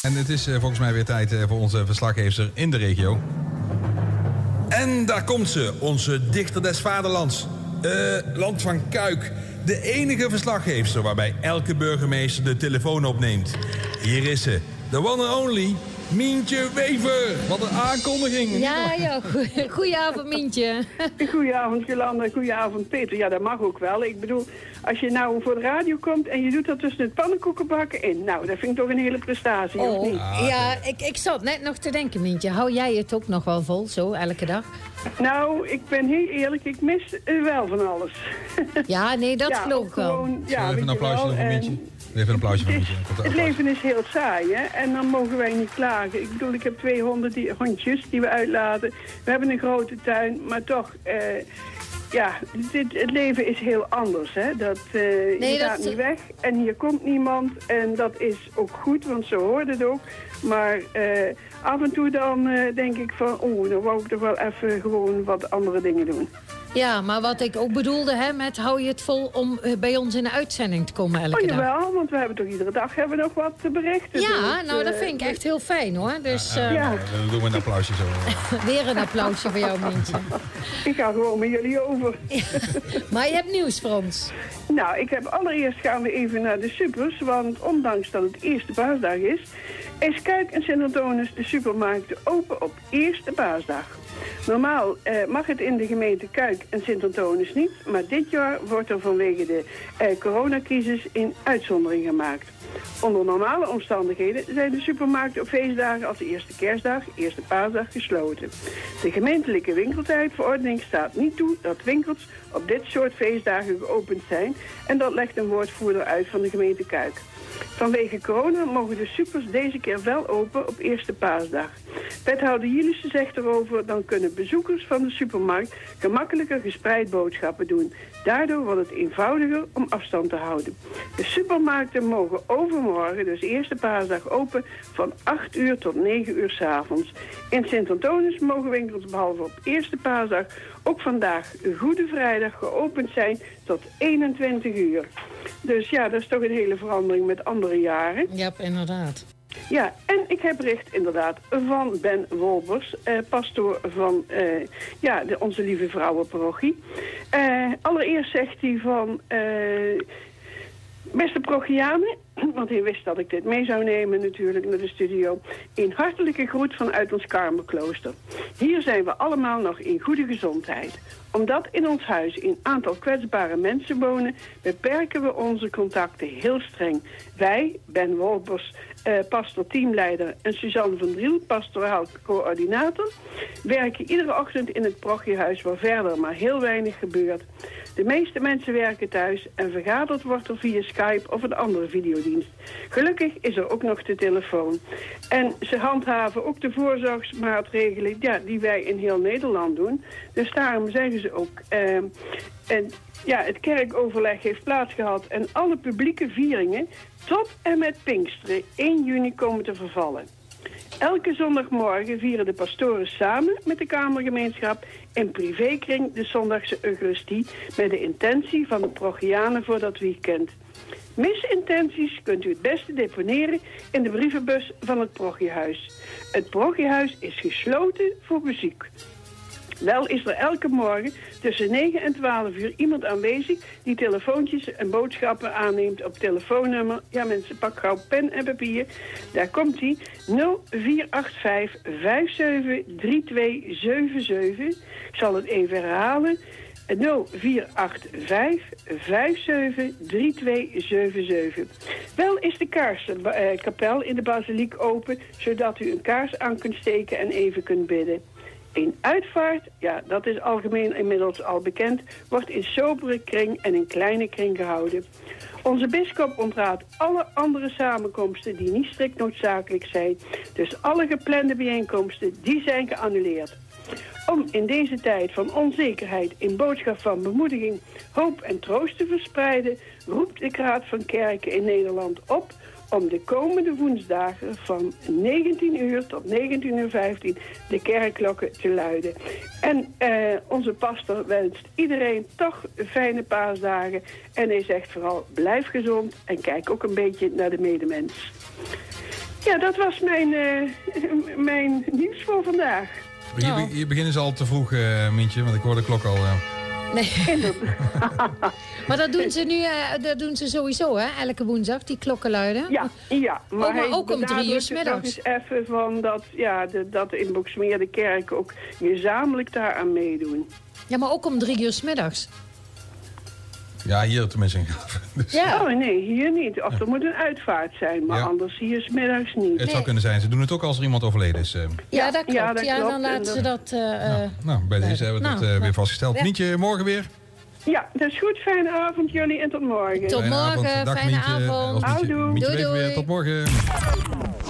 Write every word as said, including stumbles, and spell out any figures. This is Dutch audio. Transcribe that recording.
En het is uh, volgens mij weer tijd uh, voor onze verslaggever in de regio. En daar komt ze, onze dichter des vaderlands. Uh, Land van Kuik. De enige verslaggever waarbij elke burgemeester de telefoon opneemt. Hier is ze, the one and only Mientje Wever. Wat een aankondiging. Ja, ja. Goedenavond, Mientje. Goedenavond, Jolanda. Goedenavond, Peter. Ja, dat mag ook wel. Ik bedoel, als je nou voor de radio komt en je doet dat tussen het pannenkoekenbakken in. Nou, dat vind ik toch een hele prestatie, oh, of niet? Ja, ik, ik zat net nog te denken, Mientje. Hou jij het ook nog wel vol, zo, elke dag? Nou, ik ben heel eerlijk. Ik mis uh, wel van alles. Ja, nee, dat ja, geloof ik wel. Ja, even een applausje voor Mientje. Even een applausje voor Mientje. Het, het leven is heel saai, hè. En dan mogen wij niet klagen. Ik bedoel, ik heb twee honden die, hondjes die we uitlaten. We hebben een grote tuin, maar toch... Uh, Ja, dit, het leven is heel anders, hè. Dat, uh, nee, je dat gaat niet weg en hier komt niemand. En dat is ook goed, want zo hoort het ook. Maar uh, af en toe dan uh, denk ik van... oh, dan wou ik toch wel even gewoon wat andere dingen doen. Ja, maar wat ik ook bedoelde, hè, met hou je het vol om uh, bij ons in de uitzending te komen elke oh, dag. Jawel, want we hebben toch iedere dag hebben we nog wat te berichten. Ja, dus, nou, dat uh, vind ik echt heel fijn, hoor. Dus, uh, ja, dan doen we een applausje zo. Weer een applausje voor jou, Mientje. Ik ga gewoon met jullie over. Maar je hebt nieuws voor ons. Nou, ik heb allereerst gaan we even naar de supers, want ondanks dat het eerste paasdag is, is Kuik en Sint-Anthonis de supermarkten open op eerste paasdag. Normaal eh, mag het in de gemeente Kuik en Sint-Anthonis niet, maar dit jaar wordt er vanwege de eh, coronacrisis een uitzondering gemaakt. Onder normale omstandigheden zijn de supermarkten op feestdagen als de eerste kerstdag, eerste paasdag gesloten. De gemeentelijke winkeltijdverordening staat niet toe dat winkels op dit soort feestdagen geopend zijn en dat legt een woordvoerder uit van de gemeente Kuik. Vanwege corona mogen de supers deze keer wel open op eerste paasdag. Wethouder Jilissen zegt erover, dan kunnen bezoekers van de supermarkt gemakkelijker gespreid boodschappen doen. Daardoor wordt het eenvoudiger om afstand te houden. De supermarkten mogen overmorgen, dus eerste paasdag, open van acht uur tot negen uur 's avonds. In Sint-Anthonis mogen winkels behalve op eerste paasdag ook vandaag Goede Vrijdag geopend zijn tot eenentwintig uur. Dus ja, dat is toch een hele verandering met andere jaren. Ja, inderdaad. Ja, en ik heb bericht inderdaad van Ben Wolbers, eh, pastoor van eh, ja, de Onze Lieve Vrouwenparochie. Eh, allereerst zegt hij van... Eh, Beste parochianen, want hij wist dat ik dit mee zou nemen natuurlijk naar de studio. Een hartelijke groet vanuit ons Karmelklooster. Hier zijn we allemaal nog in goede gezondheid. Omdat in ons huis een aantal kwetsbare mensen wonen, beperken we onze contacten heel streng. Wij, Ben Wolbers, eh, pastor teamleider en Suzanne van Driel, pastoraal coördinator, werken iedere ochtend in het parochiehuis waar verder maar heel weinig gebeurt. De meeste mensen werken thuis en vergaderd wordt er via Skype of een andere videodienst. Gelukkig is er ook nog de telefoon. En ze handhaven ook de voorzorgsmaatregelen ja, die wij in heel Nederland doen. Dus daarom zeggen ze ook... Uh, en, ja, het kerkoverleg heeft plaatsgehad en alle publieke vieringen tot en met Pinksteren één juni komen te vervallen. Elke zondagmorgen vieren de pastoren samen met de Kamergemeenschap in privékring de zondagse Eucharistie met de intentie van de parochianen voor dat weekend. Misintenties kunt u het beste deponeren in de brievenbus van het parochiehuis. Het parochiehuis is gesloten voor bezoek. Wel is er elke morgen tussen negen en twaalf uur iemand aanwezig die telefoontjes en boodschappen aanneemt op telefoonnummer. Ja mensen, pak gauw pen en papier. Daar komt hij. nul vier acht vijf vijf zeven drie twee zeven zeven. Ik zal het even herhalen. nul vier acht vijf vijf zeven drie twee zeven zeven. Wel is de kaarsenkapel in de basiliek open, zodat u een kaars aan kunt steken en even kunt bidden. Een uitvaart, ja, dat is algemeen inmiddels al bekend, wordt in sobere kring en in kleine kring gehouden. Onze bisschop ontraadt alle andere samenkomsten die niet strikt noodzakelijk zijn. Dus alle geplande bijeenkomsten, die zijn geannuleerd. Om in deze tijd van onzekerheid een boodschap van bemoediging, hoop en troost te verspreiden, roept de Raad van Kerken in Nederland op om de komende woensdagen van negentien uur tot negentien uur vijftien de kerkklokken te luiden. En uh, onze pastor wenst iedereen toch fijne paasdagen. En hij zegt vooral blijf gezond en kijk ook een beetje naar de medemens. Ja, dat was mijn, uh, mijn nieuws voor vandaag. Hier, Oh. hier beginnen ze al te vroeg, uh, Mientje, want ik hoor de klok al. Uh... Nee. Maar dat doen ze nu, uh, dat doen ze sowieso, hè? Elke woensdag, die klokken luiden. Ja, ja. Maar, oh, maar hij ook om drie uur 's benadrukt middags. nog eens even van dat, ja, de, dat in Boxmeer de kerk ook gezamenlijk daaraan meedoen. Ja, maar ook om drie uur 's middags. Ja, hier tenminste. Dus Ja. Oh nee, hier niet. Of er moet een uitvaart zijn, maar Ja. anders hier 's middags niet. het zou Nee. kunnen zijn. Ze doen het ook als er iemand overleden is. Uh. Ja, dat klopt. Ja, Ja, dat klopt. dan laten ze dat... Uh, Nou, nou, bij deze hebben we het nou, uh, weer nou. vastgesteld. Ja. Mientje, morgen weer. Ja, dat is goed. Fijne avond jullie en tot morgen. Tot Fijne morgen, avond. Dag, fijne Mientje. avond. Als Mientje, Houdoe. Mientje Doei, weet weer. doei. Tot morgen.